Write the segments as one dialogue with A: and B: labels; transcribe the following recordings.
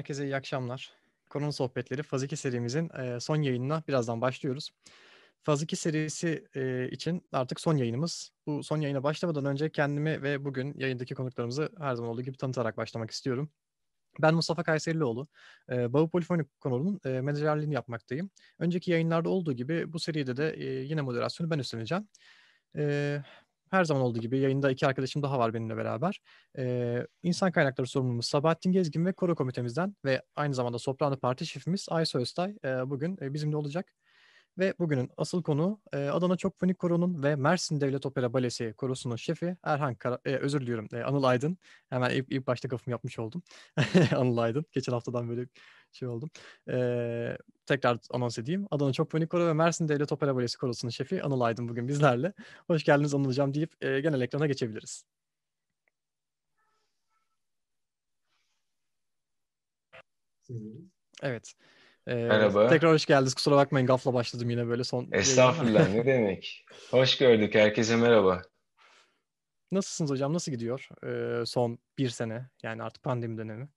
A: Herkese iyi akşamlar. Konu Sohbetleri Faz 2 serimizin son yayınına birazdan başlıyoruz. Faz 2 serisi için artık son yayınımız. Bu son yayına başlamadan önce kendimi ve bugün yayındaki konuklarımızı her zaman olduğu gibi tanıtarak başlamak istiyorum. Ben Mustafa Kayserilioğlu. Bağı Polifonik konunun menajerliğini yapmaktayım. Önceki yayınlarda olduğu gibi bu seride de yine moderasyonu ben üstleneceğim. Eee, Her zaman olduğu gibi yayında iki arkadaşım daha var benimle beraber. İnsan kaynakları sorumlumuz Sabahattin Gezgin ve koro komitemizden ve aynı zamanda Soprano Parti şefimiz Aysu Öztay bugün bizimle olacak. Ve bugünün asıl konuğu Adana Çokfonik Koro'nun ve Mersin Devlet Opera Balesi Korosu'nun şefi özür diliyorum, Anıl Aydın. Hemen ilk başta gafımı yapmış oldum. Anıl Aydın. Geçen haftadan böyle şey oldum. Tekrar anons edeyim. Adana Çokfonik Koro ve Mersin Devlet Opera Balesi Korosu'nun şefi Anıl Aydın bugün bizlerle. Hoş geldiniz Anıl Hocam deyip genel ekrana geçebiliriz. Evet.
B: Merhaba.
A: Tekrar hoş geldiniz. Kusura bakmayın gafla başladım yine böyle son yayına.
B: Estağfurullah, ne demek? Hoş gördük. Herkese merhaba.
A: Nasılsınız hocam? Nasıl gidiyor son bir sene? Yani artık pandemi dönemi.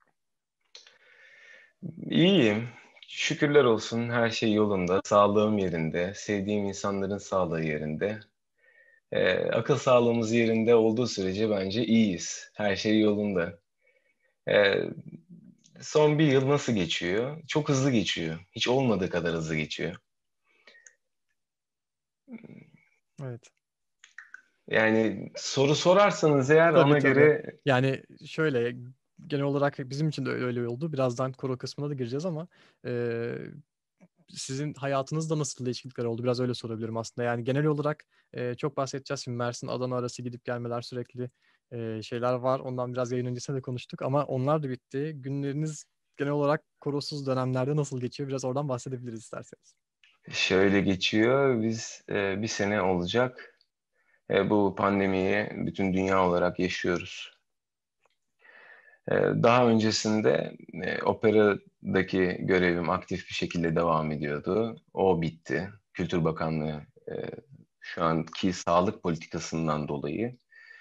B: İyiyim. Şükürler olsun, her şey yolunda. Sağlığım yerinde. Sevdiğim insanların sağlığı yerinde. Akıl sağlığımız yerinde olduğu sürece bence iyiyiz. Her şey yolunda. Ee, Son bir yıl nasıl geçiyor? Çok hızlı geçiyor. Hiç olmadığı kadar hızlı geçiyor.
A: Evet.
B: Yani soru sorarsanız eğer
A: Tabii
B: ona
A: tabii.
B: göre
A: Yani şöyle genel olarak bizim için de öyle oldu. Birazdan koro kısmına da gireceğiz ama e, sizin hayatınızda nasıl değişiklikler oldu? Biraz öyle sorabilirim aslında. Yani genel olarak çok bahsedeceğiz. Şimdi Mersin Adana arası gidip gelmeler sürekli şeyler var. Ondan biraz yayın öncesinde de konuştuk ama onlar da bitti. Günleriniz genel olarak korosuz dönemlerde nasıl geçiyor? Biraz oradan bahsedebiliriz isterseniz.
B: şöyle geçiyor. Biz bir sene olacak. Bu pandemiyi bütün dünya olarak yaşıyoruz. Daha öncesinde operadaki görevim aktif bir şekilde devam ediyordu. O bitti. Kültür Bakanlığı e, şu anki sağlık politikasından dolayı.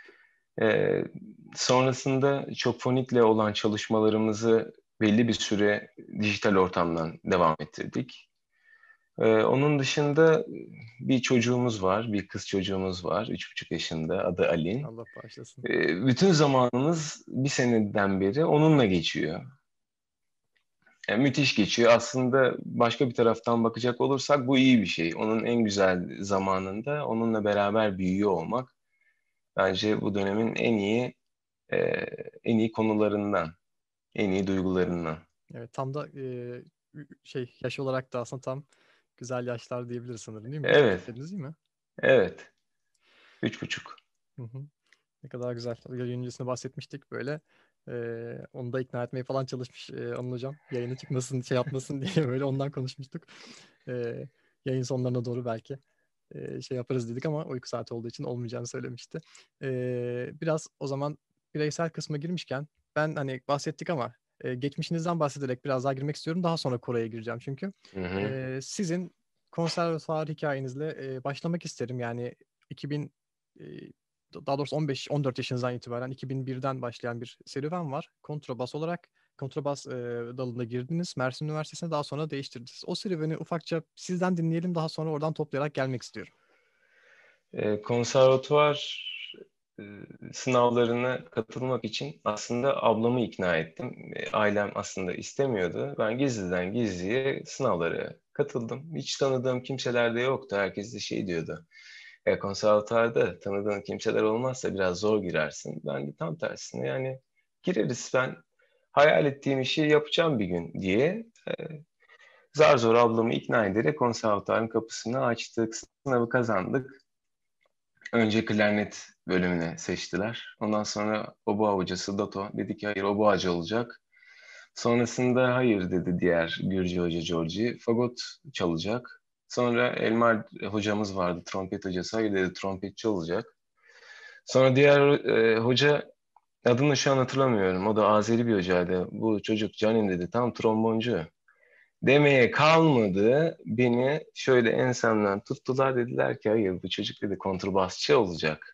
B: E, Sonrasında Çokfonik'le olan çalışmalarımızı belli bir süre dijital ortamdan devam ettirdik. Onun dışında bir çocuğumuz var, bir kız çocuğumuz var, 3,5 yaşında, adı Alin.
A: Allah bağışlasın.
B: Bütün zamanımız bir seneden beri onunla geçiyor. Yani müthiş geçiyor. Aslında başka bir taraftan bakacak olursak bu iyi bir şey. Onun en güzel zamanında onunla beraber büyüyor olmak bence bu dönemin e, en iyi konularından, en iyi duygularından.
A: Evet, tam da yaş olarak da aslında tam güzel yaşlar diyebiliriz sanırım değil mi? 3,5
B: Evet,
A: dediniz değil mi?
B: evet. 3,5.
A: Hı hı. Ne kadar güzel. Yayın öncesinde bahsetmiştik böyle. Onu da ikna etmeye falan çalışmış Anıl Hocam. Yayına çıkmasın, şey yapmasın diye böyle ondan konuşmuştuk. Yayın sonlarına doğru belki şey yaparız dedik ama uyku saati olduğu için olmayacağını söylemişti. Biraz o zaman bireysel kısma girmişken ben hani bahsettik ama geçmişinizden bahsederek biraz daha girmek istiyorum. Daha sonra Kore'ye gireceğim çünkü.
B: Hı hı.
A: Sizin konservatuvar hikayenizle başlamak isterim. Yani 2000 e, daha doğrusu 15-14 yaşınızdan itibaren 2001'den başlayan bir serüven var. Kontrabas olarak kontrabas dalında girdiniz. Mersin Üniversitesi'ne daha sonra değiştirdiniz. O serüveni ufakça sizden dinleyelim. Daha sonra oradan toplayarak gelmek istiyorum.
B: Konservatuvar e, sınavlarına katılmak için aslında ablamı ikna ettim. Ailem aslında istemiyordu. Ben gizliden gizliye sınavlara katıldım. Hiç tanıdığım kimseler de yoktu. Herkes de şey diyordu. Konservatuvarda tanıdığın kimseler olmazsa biraz zor girersin. Ben de tam tersine yani gireriz, ben hayal ettiğim işi yapacağım bir gün diye zar zor ablamı ikna ederek konservatuvarın kapısını açtık. Sınavı kazandık. Önce klarnet bölümüne seçtiler. Ondan sonra oboa hocası Dato dedi ki hayır, oboacı olacak. Sonrasında hayır dedi diğer Gürcü hoca Georgi. Fagot çalacak. Sonra Elmar hocamız vardı, trompet hocası. Hayır dedi, trompetçi olacak. Sonra diğer hoca, adını şu an hatırlamıyorum, o da Azeri bir hocaydı. Bu çocuk Canin dedi, tam tromboncu. Demeye kalmadı. Beni şöyle ensemden tuttular, dediler ki hayır, bu çocuk dedi kontrbasçı olacak.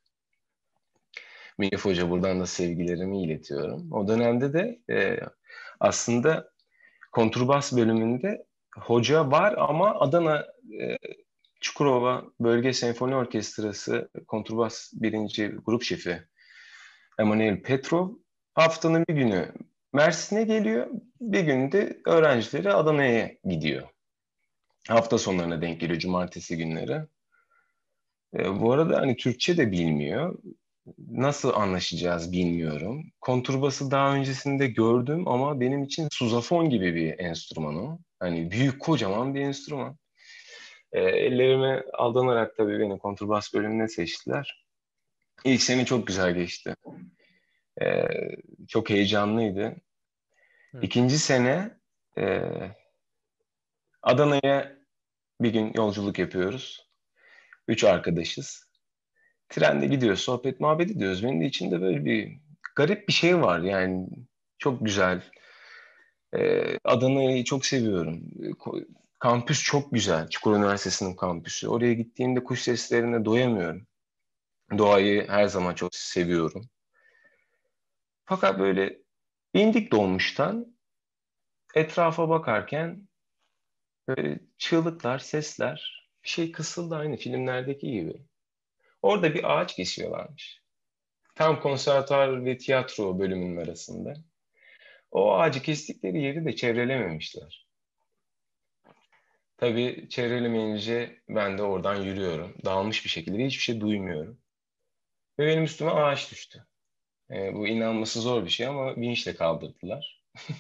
B: Minif Hoca, buradan da sevgilerimi iletiyorum. O dönemde de aslında Kontrbas bölümünde hoca var ama Adana Çukurova Bölge Senfoni Orkestrası kontrbas birinci grup şefi Emanuel Petrov haftanın bir günü Mersin'e geliyor, bir günde öğrencileri Adana'ya gidiyor. Hafta sonlarına denk geliyor, cumartesi günleri. Bu arada hani Türkçe de bilmiyor. Nasıl anlaşacağız bilmiyorum. Kontrbası daha öncesinde gördüm ama benim için suzafon gibi bir enstrüman o. Hani büyük, kocaman bir enstrüman. Ellerime aldanarak tabii beni kontrbas bölümüne seçtiler. İlk sene çok güzel geçti. E, Çok heyecanlıydı.
A: Evet.
B: İkinci sene e, Adana'ya bir gün yolculuk yapıyoruz. Üç arkadaşız. Trende gidiyoruz, sohbet muhabbet ediyoruz. Benim de içimde böyle bir garip bir şey var. Yani çok güzel. Adana'yı çok seviyorum. Kampüs çok güzel. Çukurova Üniversitesi'nin kampüsü. Oraya gittiğimde kuş seslerine doyamıyorum. Doğayı her zaman çok seviyorum. Fakat böyle indik dolmuştan etrafa bakarken böyle çığlıklar, sesler, bir şey kısıldı aynı filmlerdeki gibi. Orada bir ağaç kesiyorlarmış. Tam konservatuar ve tiyatro bölümünün arasında. O ağacı kestikleri yeri de çevrelememişler. Tabii çevrelemeyince ben de oradan yürüyorum. Dağılmış bir şekilde hiçbir şey duymuyorum. Ve benim üstüme ağaç düştü. Bu inanması zor bir şey ama vinçle kaldırdılar.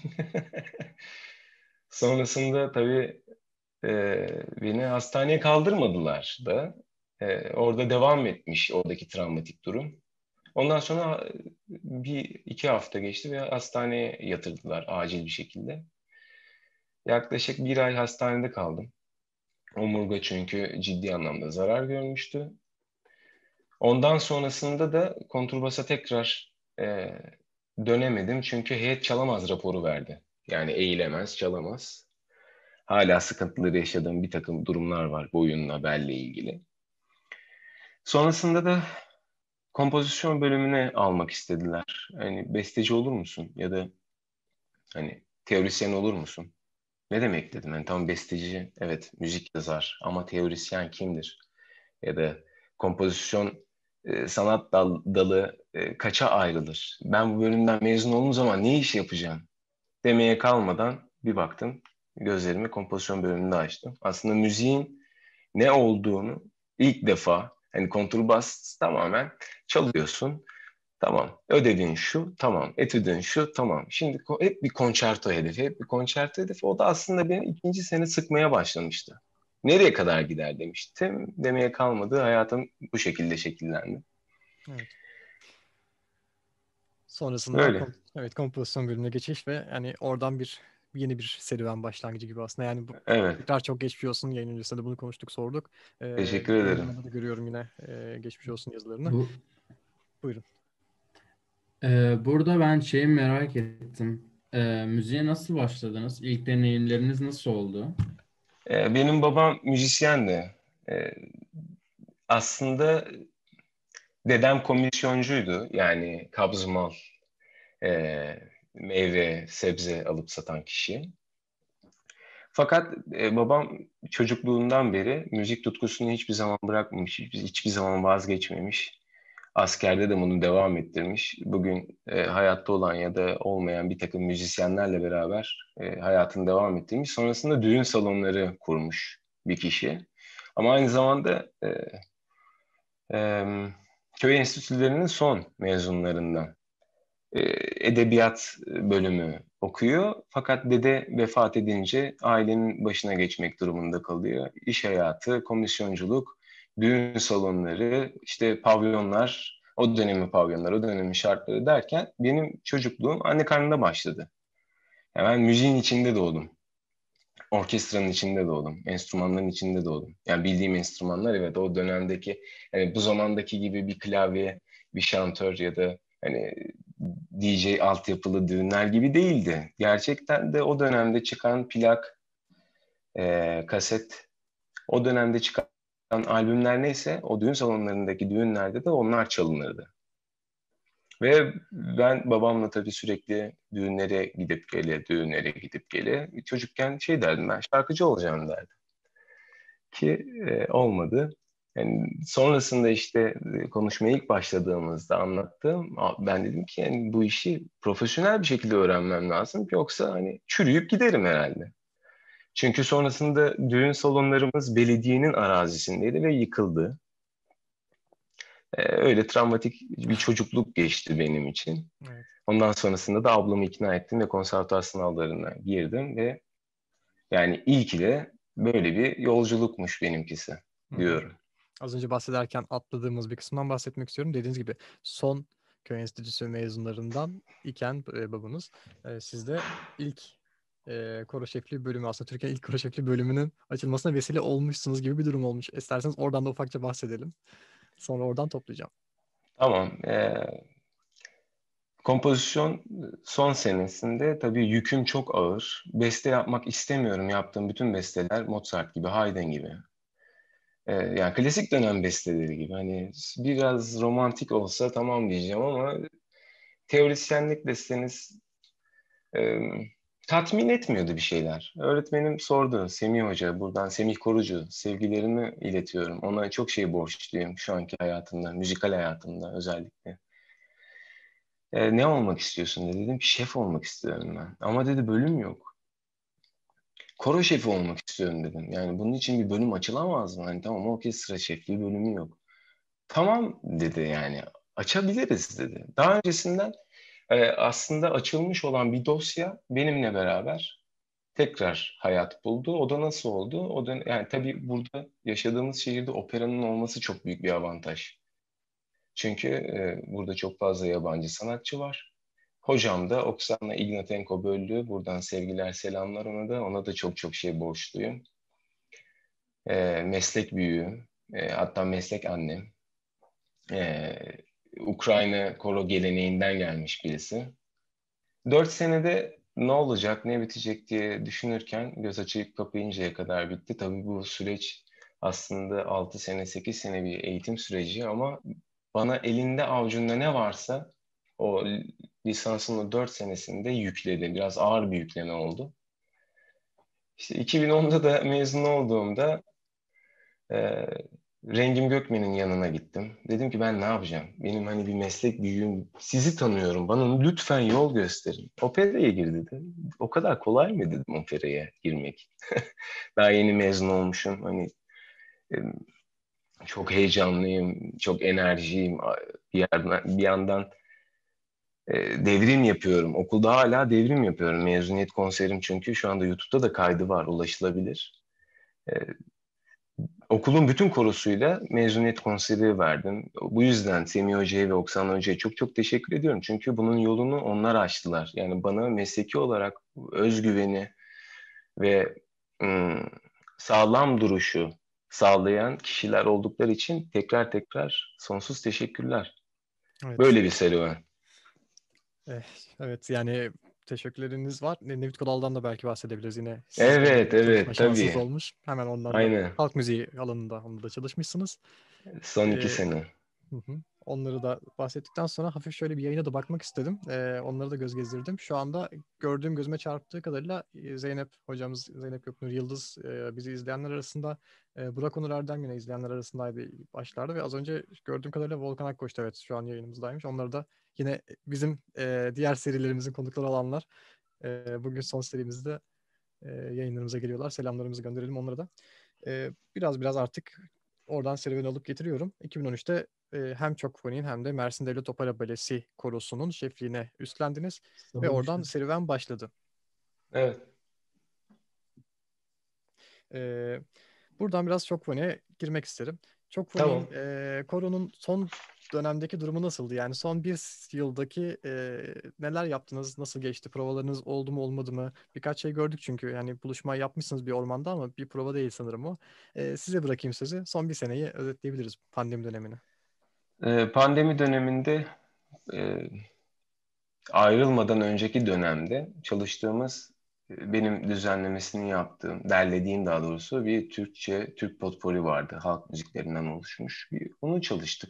B: Sonrasında tabii beni hastaneye kaldırmadılar da. Orada devam etmiş oradaki travmatik durum. Ondan sonra bir iki hafta geçti ve hastaneye yatırdılar acil bir şekilde. Yaklaşık bir ay hastanede kaldım. Omurga çünkü ciddi anlamda zarar görmüştü. Ondan sonrasında da kontrbasa tekrar dönemedim. Çünkü heyet çalamaz raporu verdi. Yani eğilemez, çalamaz. Hala sıkıntıları yaşadığım bir takım durumlar var boyunla, belle ilgili. Sonrasında da kompozisyon bölümüne almak istediler. Hani besteci olur musun? Ya da hani teorisyen olur musun? Ne demek dedim. Yani tam besteci, evet müzik yazar ama teorisyen kimdir? Ya da kompozisyon sanat dalı kaça ayrılır? Ben bu bölümden mezun olduğum zaman ne iş yapacağım demeye kalmadan bir baktım. Gözlerimi kompozisyon bölümünde açtım. Aslında müziğin ne olduğunu ilk defa hani kontrbas tamamen çalıyorsun. Tamam. Ödevin şu, tamam. Etüdün şu, tamam. Şimdi hep bir konçerto hedefi, hep bir konçerto hedefi. O da aslında beni ikinci sene sıkmaya başlamıştı. Nereye kadar gider demiştim. Demeye kalmadı. Hayatım bu şekilde şekillendi.
A: Evet. Sonrasında
B: Böyle.
A: evet, kompozisyon bölümüne geçiş ve hani oradan yeni bir serüven başlangıcı gibi aslında. Yani bu
B: Evet.
A: tekrar çok geçmiş olsun, yayın öncesinde de bunu konuştuk, sorduk.
B: Teşekkür ederim.
A: Yayınlamada da görüyorum yine geçmiş olsun yazılarını.
C: Bu
A: Buyurun.
C: Burada ben şeyi merak ettim. Müziğe nasıl başladınız? İlk deneyimleriniz nasıl oldu?
B: Benim babam müzisyendi. E, Aslında dedem komisyoncuydu. Yani kabzımal, e, meyve, sebze alıp satan kişi. Fakat babam çocukluğundan beri müzik tutkusunu hiçbir zaman bırakmamış, hiçbir zaman vazgeçmemiş. Askerde de bunu devam ettirmiş. Bugün hayatta olan ya da olmayan bir takım müzisyenlerle beraber hayatını devam ettirmiş. Sonrasında düğün salonları kurmuş bir kişi. Ama aynı zamanda e, köy enstitülerinin son mezunlarından. e, Edebiyat bölümü okuyor. Fakat dede vefat edince ailenin başına geçmek durumunda kalıyor. İş hayatı, komisyonculuk, düğün salonları, işte pavyonlar, o dönemin pavyonları, o dönemin şartları derken benim çocukluğum anne karnında başladı. Yani ben müziğin içinde doğdum. Orkestranın içinde doğdum. Enstrümanların içinde doğdum. Yani bildiğim enstrümanlar, evet, o dönemdeki yani bu zamandaki gibi bir klavye, bir şantör ya da hani DJ altyapılı düğünler gibi değildi. Gerçekten de o dönemde çıkan plak, kaset, o dönemde çıkan albümler neyse o düğün salonlarındaki düğünlerde de onlar çalınırdı. Ve ben babamla tabii sürekli düğünlere gidip gele. Çocukken şey derdim, ben şarkıcı olacağım derdim. Ki olmadı. Yani sonrasında işte konuşmaya ilk başladığımızda anlattım. Ben dedim ki yani bu işi profesyonel bir şekilde öğrenmem lazım. Yoksa hani çürüyüp giderim herhalde. Çünkü sonrasında düğün salonlarımız belediyenin arazisindeydi ve yıkıldı. Öyle travmatik bir çocukluk geçti benim için.
A: Evet.
B: Ondan sonrasında da ablamı ikna ettim ve konservatuar sınavlarına girdim ve yani ilki de böyle bir yolculukmuş benimkisi
A: Hı hı.
B: diyorum.
A: Az önce bahsederken atladığımız bir kısımdan bahsetmek istiyorum. Dediğiniz gibi son köy enstitüsü mezunlarından iken babanız sizde ilk koro şefliği bölümü, aslında Türkiye'nin ilk koro şefliği bölümünün açılmasına vesile olmuşsunuz gibi bir durum olmuş. İsterseniz oradan da ufakça bahsedelim. Sonra oradan toplayacağım.
B: Tamam. Kompozisyon son senesinde tabii yüküm çok ağır. Beste yapmak istemiyorum. Yaptığım bütün besteler Mozart gibi, Haydn gibi. Yani klasik dönem besteleri gibi. Hani biraz romantik olsa tamam diyeceğim ama teorisyenlik desteniz e, tatmin etmiyordu bir şeyler. Öğretmenim sordu. Semih Hoca, buradan Semih Korucu, sevgilerimi iletiyorum. Ona çok şey borçluyum şu anki hayatımda, müzikal hayatımda özellikle. Ne olmak istiyorsun dedi. Dedim ki şef olmak istiyorum ben. Ama dedi bölüm yok. Koro şefi olmak istiyorum dedim. Yani bunun için bir bölüm açılamaz mı? Hani tamam orkestra şefliği bölümü yok. Tamam dedi yani açabiliriz dedi. Daha öncesinden aslında açılmış olan bir dosya benimle beraber tekrar hayat buldu. O da nasıl oldu? O da yani tabii burada yaşadığımız şehirde operanın olması çok büyük bir avantaj. Çünkü burada çok fazla yabancı sanatçı var. Hocam da Oksana Ignatenko böldü. Buradan sevgiler, selamlar ona da. Ona da çok çok şey borçluyum. Meslek büyüğü, hatta meslek annem. E, Ukrayna koro geleneğinden gelmiş birisi. 4 senede ne olacak, ne bitecek diye düşünürken göz açıp kapayıncaya kadar bitti. Tabii bu süreç aslında 6 sene, 8 sene bir eğitim süreci ama bana elinde avucunda ne varsa o lisansın o 4 senesinde yükledi. Biraz ağır bir yükleme oldu. İşte 2010'da da mezun olduğumda e, Rengim Gökmen'in yanına gittim. Dedim ki ben ne yapacağım? Benim hani bir meslek büyüğüm. Sizi tanıyorum. Bana lütfen yol gösterin. Operaya gir dedi. O kadar kolay mı dedim operaya girmek. Daha yeni mezun olmuşum. Hani e, çok heyecanlıyım, çok enerjiyim. Bir yandan devrim yapıyorum. Okulda hala devrim yapıyorum. Mezuniyet konserim çünkü şu anda YouTube'da da kaydı var, ulaşılabilir. E, Okulun bütün korosuyla mezuniyet konseri verdim. Bu yüzden Semih Hoca'ya ve Oksan Hoca'ya çok çok teşekkür ediyorum. Çünkü bunun yolunu onlar açtılar. Yani bana mesleki olarak özgüveni ve ım, sağlam duruşu sağlayan kişiler oldukları için tekrar tekrar sonsuz teşekkürler.
A: Evet.
B: Böyle bir serüven.
A: Eh, evet yani teşekkürleriniz var. Nevit Kodal'dan da belki bahsedebiliriz. Yine sizle
B: Evet,
A: çalışma
B: evet,
A: şansınız
B: tabii.
A: olmuş. Hemen ondan da
B: Aynen.
A: halk müziği alanında onda da çalışmışsınız.
B: Son 2 sene.
A: Hı hı. Onları da bahsettikten sonra hafif şöyle bir yayına da bakmak istedim. Onları da göz gezdirdim. Şu anda gördüğüm gözüme çarptığı kadarıyla Zeynep hocamız, Zeynep Göknur Yıldız bizi izleyenler arasında, Burak Onur Erdem yine izleyenler arasındaydı başlarda ve az önce gördüğüm kadarıyla Volkan Akkoç da evet şu an yayınımızdaymış. Onları da yine bizim diğer serilerimizin konukları olanlar bugün son serimizde yayınlarımıza geliyorlar. Selamlarımızı gönderelim onlara da. Biraz artık oradan serüveni alıp getiriyorum. 2013'te hem Çokfoni'nin hem de Mersin Devlet Opera Balesi Korosu'nun şefliğine üstlendiniz ve oradan serüven başladı.
B: Evet.
A: Ee, Buradan biraz Çokfoni'ye girmek isterim.
B: Tamam.
A: Çokfoni'nin koronun son dönemdeki durumu nasıldı? Yani son bir yıldaki neler yaptınız? Nasıl geçti? Provalarınız oldu mu olmadı mı? Birkaç şey gördük çünkü. Yani buluşma yapmışsınız bir ormanda ama bir prova değil sanırım o. Size bırakayım sözü. Son bir seneyi özetleyebiliriz pandemi dönemini.
B: Pandemi döneminde e, ayrılmadan önceki dönemde çalıştığımız, benim düzenlemesini yaptığım, derlediğim daha doğrusu bir Türk potpori vardı. Halk müziklerinden oluşmuş. Onu çalıştık.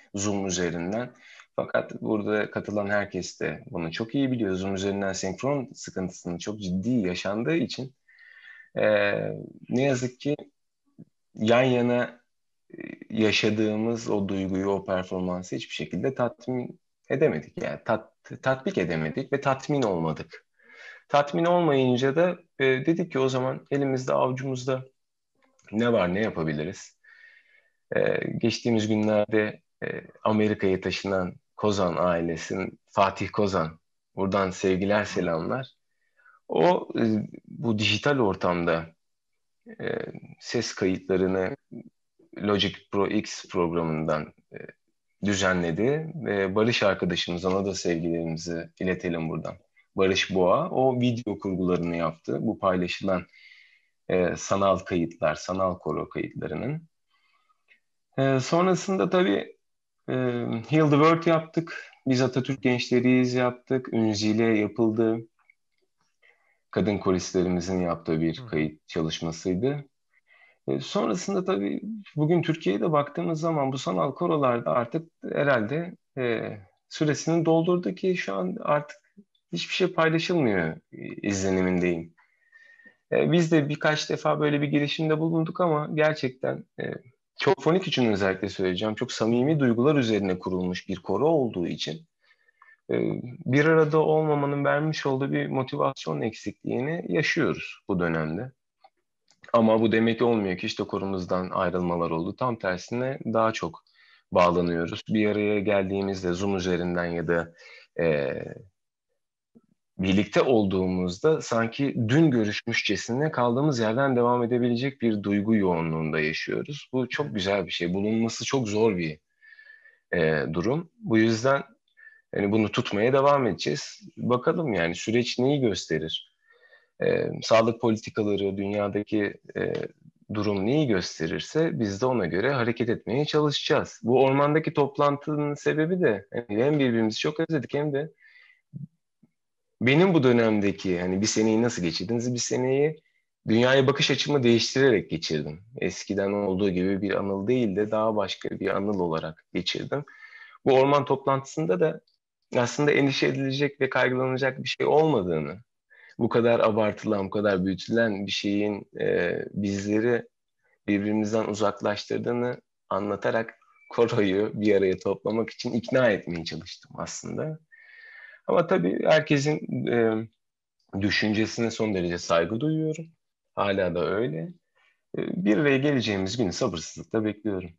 B: Zoom üzerinden. Fakat burada katılan herkes de bunu çok iyi biliyor. Zoom üzerinden senkron sıkıntısının çok ciddi yaşandığı için ne yazık ki yan yana yaşadığımız o duyguyu, o performansı hiçbir şekilde tatmin edemedik. Yani tatbik edemedik ve tatmin olmadık. Tatmin olmayınca da dedik ki o zaman elimizde avucumuzda ne var, ne yapabiliriz? Geçtiğimiz günlerde Amerika'ya taşınan Kozan ailesinin Fatih Kozan, buradan sevgiler, selamlar. O bu dijital ortamda ses kayıtlarını Logic Pro X programından düzenledi ve Barış arkadaşımız, ona da sevgilerimizi iletelim buradan. Barış Boğa, o video kurgularını yaptı. Bu paylaşılan sanal kayıtlar, sanal koro kayıtlarının. Sonrasında tabii Heal the World yaptık. Biz Atatürk Gençleriyiz yaptık. Ünzile yapıldı. Kadın koristlerimizin yaptığı bir kayıt çalışmasıydı. Sonrasında tabii bugün Türkiye'de baktığımız zaman bu sanal korolarda artık herhalde süresini doldurdu ki şu an artık hiçbir şey paylaşılmıyor izlenimindeyim. Biz de birkaç defa böyle bir girişimde bulunduk ama gerçekten çok fonik için özellikle söyleyeceğim. Çok samimi duygular üzerine kurulmuş bir koro olduğu için bir arada olmamanın vermiş olduğu bir motivasyon eksikliğini yaşıyoruz bu dönemde. Ama bu demek olmuyor ki işte korumuzdan ayrılmalar oldu. Tam tersine daha çok bağlanıyoruz. Bir araya geldiğimizde Zoom üzerinden ya da birlikte olduğumuzda sanki dün görüşmüşçesine kaldığımız yerden devam edebilecek bir duygu yoğunluğunda yaşıyoruz. Bu çok güzel bir şey. Bulunması çok zor bir durum. Bu yüzden yani bunu tutmaya devam edeceğiz. Bakalım yani süreç neyi gösterir? Sağlık politikaları, dünyadaki durum neyi gösterirse biz de ona göre hareket etmeye çalışacağız. Bu ormandaki toplantının sebebi de hem birbirimizi çok özledik hem de benim bu dönemdeki hani bir seneyi nasıl geçirdiniz? Bir seneyi dünyaya bakış açımı değiştirerek geçirdim. Eskiden olduğu gibi bir anıl değil de daha başka bir anıl olarak geçirdim. Bu orman toplantısında da aslında endişe edilecek ve kaygılanacak bir şey olmadığını, bu kadar abartılan, bu kadar büyütülen bir şeyin bizleri birbirimizden uzaklaştırdığını anlatarak koroyu bir araya toplamak için ikna etmeye çalıştım aslında. Ama tabii herkesin düşüncesine son derece saygı duyuyorum. Hala da öyle. Bir araya geleceğimiz günü sabırsızlıkla bekliyorum.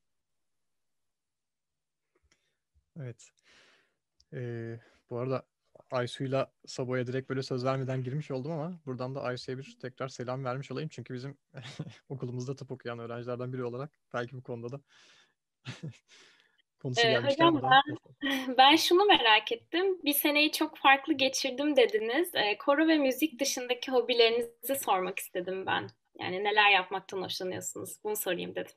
A: Evet. Bu arada Aysu'yla Sabo'ya direkt böyle söz vermeden girmiş oldum ama buradan da Aysu'ya bir tekrar selam vermiş olayım. Çünkü bizim okulumuzda tıp okuyan öğrencilerden biri olarak belki bu konuda da konusu gelmişken
D: Hocam
A: buradan.
D: ben şunu merak ettim. Bir seneyi çok farklı geçirdim dediniz. Koro ve müzik dışındaki hobilerinizi sormak istedim ben. Yani neler yapmaktan hoşlanıyorsunuz? Bunu sorayım dedim.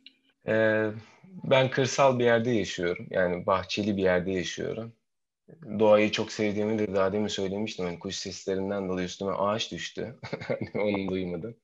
B: Ben kırsal bir yerde yaşıyorum. Yani bahçeli bir yerde yaşıyorum. Doğayı çok sevdiğimi de daha demin söylemiştim. Yani kuş seslerinden dolayı üstüme ağaç düştü. Onu duymadım.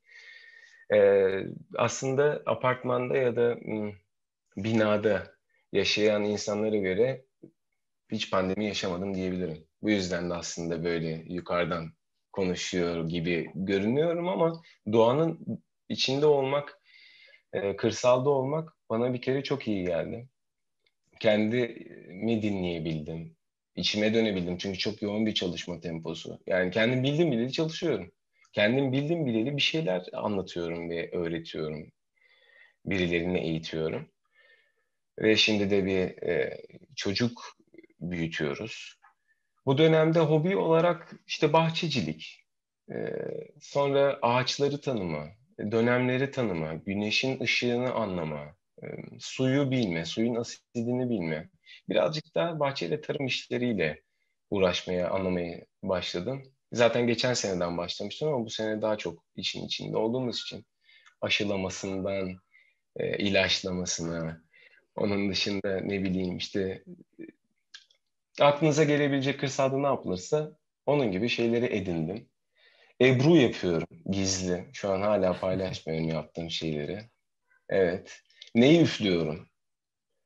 B: Aslında apartmanda ya da binada yaşayan insanlara göre hiç pandemi yaşamadım diyebilirim. Bu yüzden de aslında böyle yukarıdan konuşuyor gibi görünüyorum ama doğanın içinde olmak, kırsalda olmak bana bir kere çok iyi geldi. Kendimi dinleyebildim. İçime dönebildim çünkü çok yoğun bir çalışma temposu. Yani kendim bildim bileli çalışıyorum. Kendim bildim bileli bir şeyler anlatıyorum ve öğretiyorum. Birilerini eğitiyorum. Ve şimdi de bir çocuk büyütüyoruz. Bu dönemde hobi olarak işte bahçecilik, e, sonra ağaçları tanıma, dönemleri tanıma, güneşin ışığını anlama, suyu bilme, suyun asidini bilme. Birazcık da bahçe ve tarım işleriyle uğraşmaya, anlamaya başladım. Zaten geçen seneden başlamıştım ama bu sene daha çok işin içinde olduğumuz için aşılamasından, ilaçlamasına, onun dışında ne bileyim işte aklınıza gelebilecek kırsalda ne yapılırsa onun gibi şeyleri edindim. Ebru yapıyorum gizli. Şu an hala paylaşmıyorum yaptığım şeyleri. Evet. Neyi üflüyorum?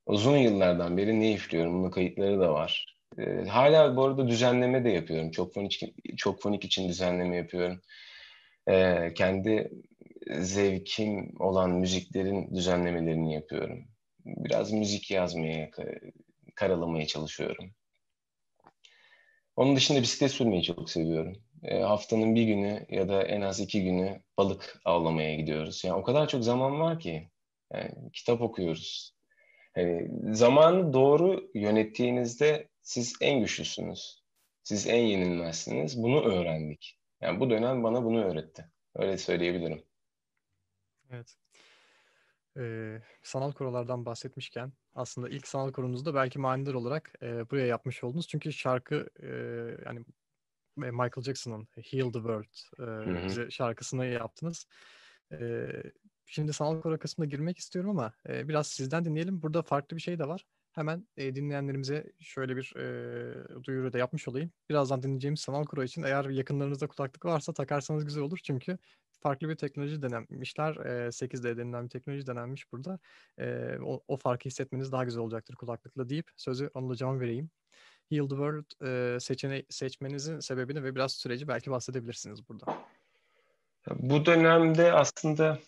B: Uzun yıllardan beri ne üflüyorum. Bunun kayıtları da var. Hala bu arada düzenleme de yapıyorum. Çok fonik için düzenleme yapıyorum. Kendi zevkim olan müziklerin düzenlemelerini yapıyorum. Biraz müzik yazmaya, karalamaya çalışıyorum. Onun dışında bisiklet sürmeyi çok seviyorum. Haftanın bir günü ya da en az 2 günü balık avlamaya gidiyoruz. Yani o kadar çok zaman var ki. Yani kitap okuyoruz. Zamanı doğru yönettiğinizde siz en güçlüsünüz. Siz en yenilmezsiniz. Bunu öğrendik. Yani bu dönem bana bunu öğretti. Öyle söyleyebilirim.
A: Evet. Sanal korolardan bahsetmişken aslında ilk sanal korunuzda belki manidar olarak buraya yapmış oldunuz. Çünkü şarkı yani Michael Jackson'ın Heal the World
B: Hı hı.
A: bize şarkısını yaptınız. E, Şimdi sanal koro kısmına girmek istiyorum ama biraz sizden dinleyelim. Burada farklı bir şey de var. Hemen dinleyenlerimize şöyle bir duyuru da yapmış olayım. Birazdan dinleyeceğimiz sanal koro için eğer yakınlarınızda kulaklık varsa takarsanız güzel olur. Çünkü farklı bir teknoloji denenmişler. 8D denilen bir teknoloji denenmiş burada. O farkı hissetmeniz daha güzel olacaktır kulaklıkla deyip sözü Anıl'a can vereyim. Heal the World seçmenizin sebebini ve biraz süreci belki bahsedebilirsiniz burada.
B: Bu dönemde aslında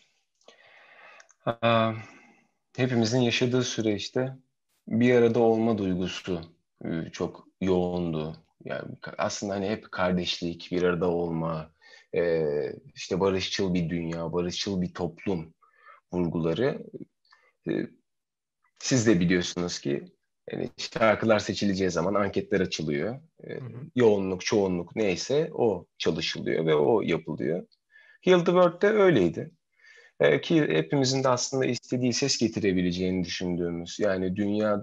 B: hepimizin yaşadığı süreçte bir arada olma duygusu çok yoğundu. Yani aslında hani hep kardeşlik, bir arada olma, işte barışçıl bir dünya, barışçıl bir toplum vurguları. E, Siz de biliyorsunuz ki yani şarkılar seçileceği zaman anketler açılıyor.
A: Hı hı.
B: Yoğunluk, çoğunluk neyse o çalışılıyor ve o yapılıyor. Heal the World de öyleydi. Ki hepimizin de aslında istediği ses getirebileceğini düşündüğümüz, yani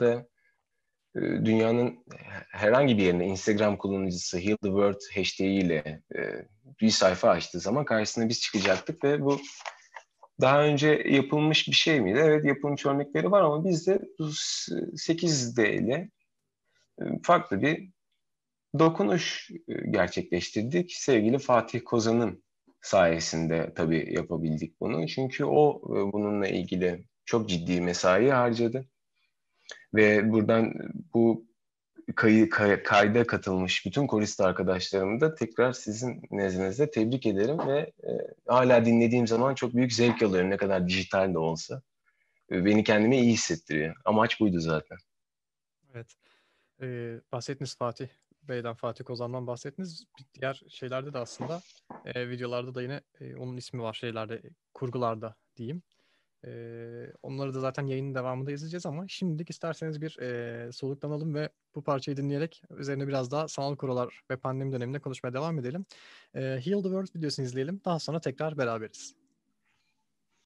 B: dünyanın herhangi bir yerine Instagram kullanıcısı Heal the World hashtag ile bir sayfa açtığı zaman karşısına biz çıkacaktık ve bu daha önce yapılmış bir şey miydi? Evet, yapılmış örnekleri var ama biz de bu 8D ile farklı bir dokunuş gerçekleştirdik. Sevgili Fatih Kozan'ın sayesinde tabii yapabildik bunu. Çünkü o bununla ilgili çok ciddi mesai harcadı. Ve buradan bu kayda katılmış bütün korist arkadaşlarımı da tekrar sizin nezdinizde tebrik ederim ve hala dinlediğim zaman çok büyük zevk alıyorum ne kadar dijital de olsa. Beni kendime iyi hissettiriyor. Amaç buydu zaten.
A: Evet. Bahsettiniz Fatih Bey'den, Fatih Kozan'dan bahsettiniz. Diğer şeylerde de aslında videolarda da yine onun ismi var şeylerde, kurgularda diyeyim. Onları da zaten yayının devamında izleyeceğiz ama şimdilik isterseniz bir soluklanalım ve bu parçayı dinleyerek üzerine biraz daha sanal korolar ve pandemi döneminde konuşmaya devam edelim. Heal the World videosunu izleyelim. Daha sonra tekrar beraberiz.